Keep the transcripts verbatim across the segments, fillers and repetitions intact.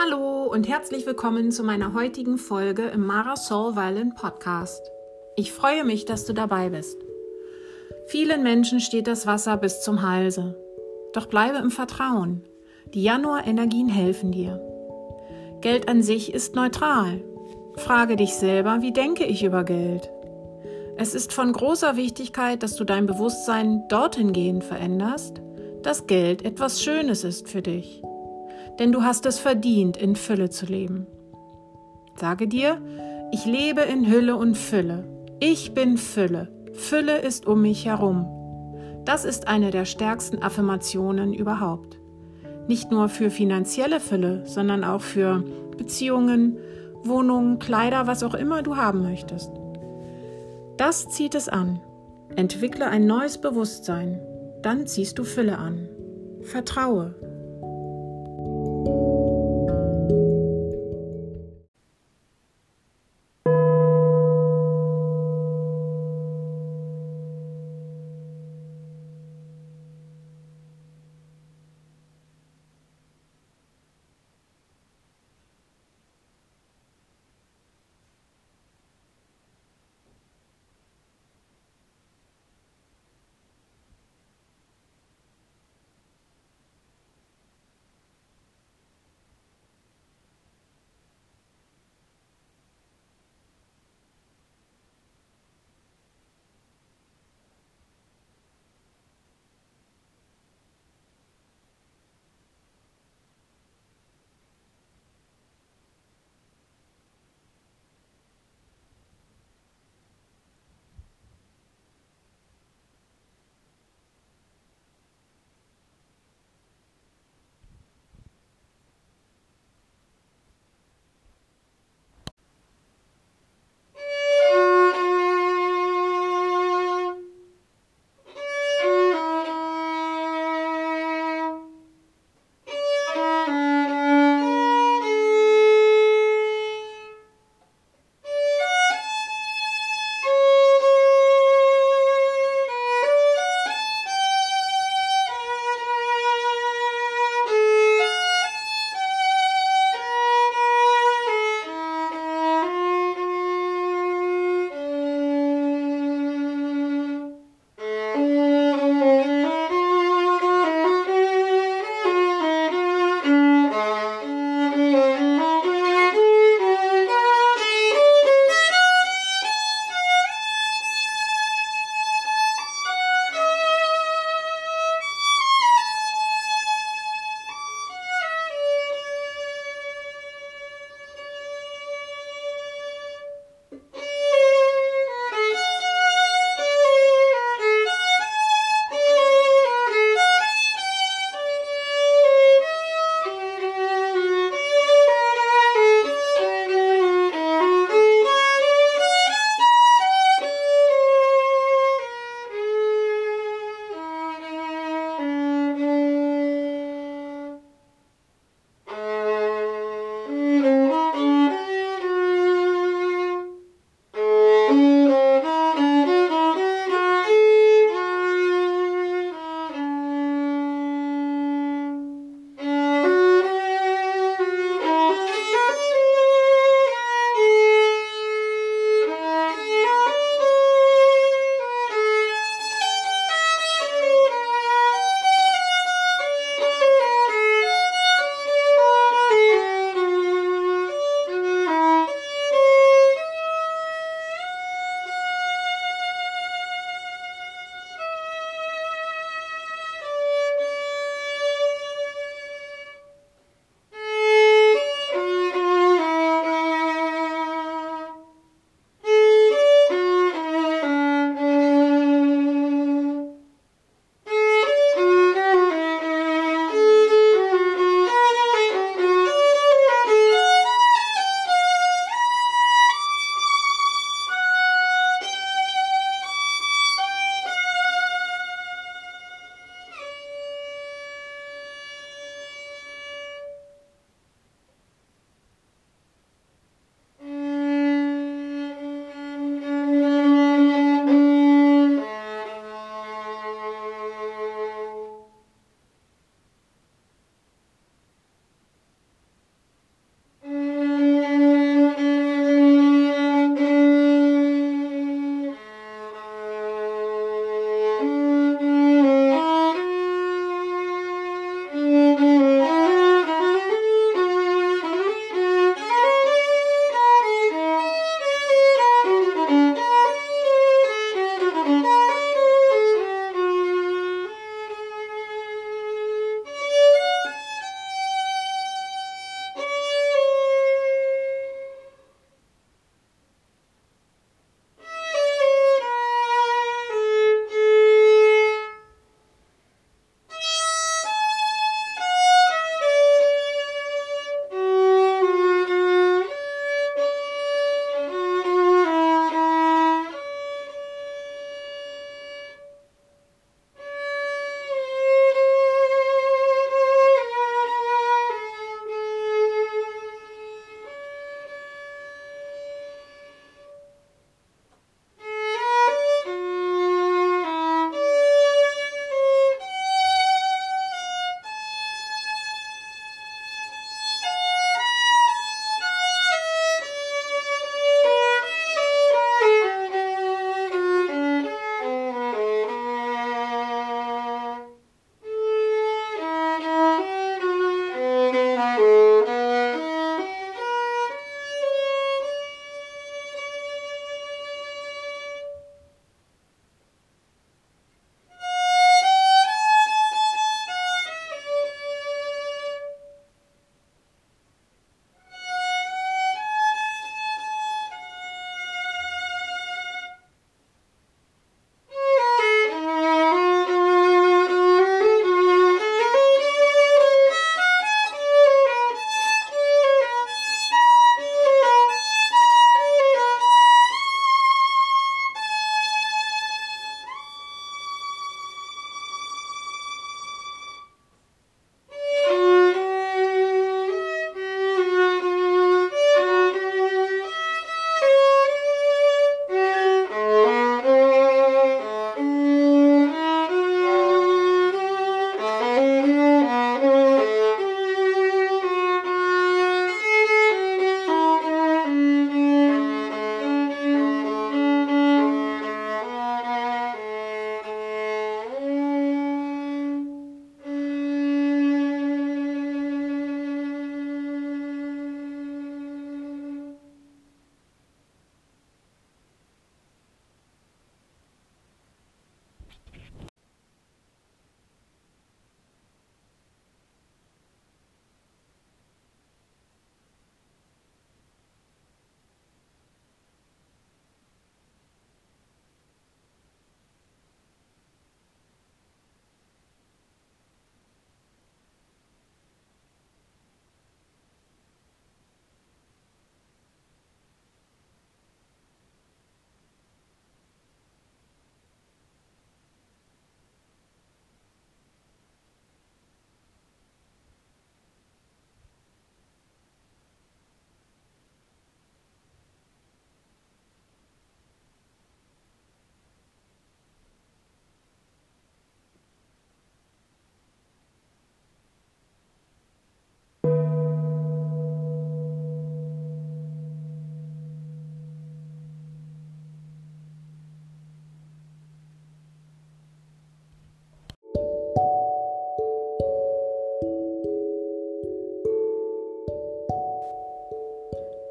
Hallo und herzlich willkommen zu meiner heutigen Folge im Mara Soul Violin Podcast. Ich freue mich, dass du dabei bist. Vielen Menschen steht das Wasser bis zum Halse. Doch bleibe im Vertrauen. Die Januar-Energien helfen dir. Geld an sich ist neutral. Frage dich selber, wie denke ich über Geld? Es ist von großer Wichtigkeit, dass du dein Bewusstsein dorthin gehend veränderst, dass Geld etwas Schönes ist für dich. Denn du hast es verdient, in Fülle zu leben. Sage dir, ich lebe in Hülle und Fülle. Ich bin Fülle. Fülle ist um mich herum. Das ist eine der stärksten Affirmationen überhaupt. Nicht nur für finanzielle Fülle, sondern auch für Beziehungen, Wohnungen, Kleider, was auch immer du haben möchtest. Das zieht es an. Entwickle ein neues Bewusstsein. Dann ziehst du Fülle an. Vertraue.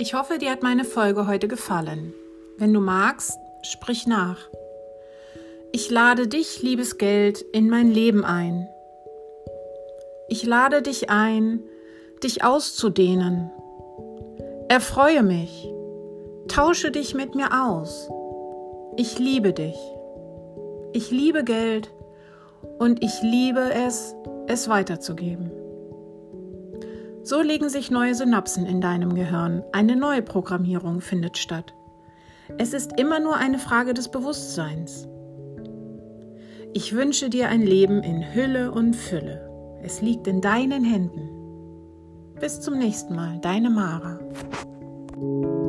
Ich hoffe, dir hat meine Folge heute gefallen. Wenn du magst, sprich nach. Ich lade dich, liebes Geld, in mein Leben ein. Ich lade dich ein, dich auszudehnen. Erfreue mich. Tausche dich mit mir aus. Ich liebe dich. Ich liebe Geld und ich liebe es, es weiterzugeben. So legen sich neue Synapsen in deinem Gehirn. Eine neue Programmierung findet statt. Es ist immer nur eine Frage des Bewusstseins. Ich wünsche dir ein Leben in Hülle und Fülle. Es liegt in deinen Händen. Bis zum nächsten Mal, deine Mara.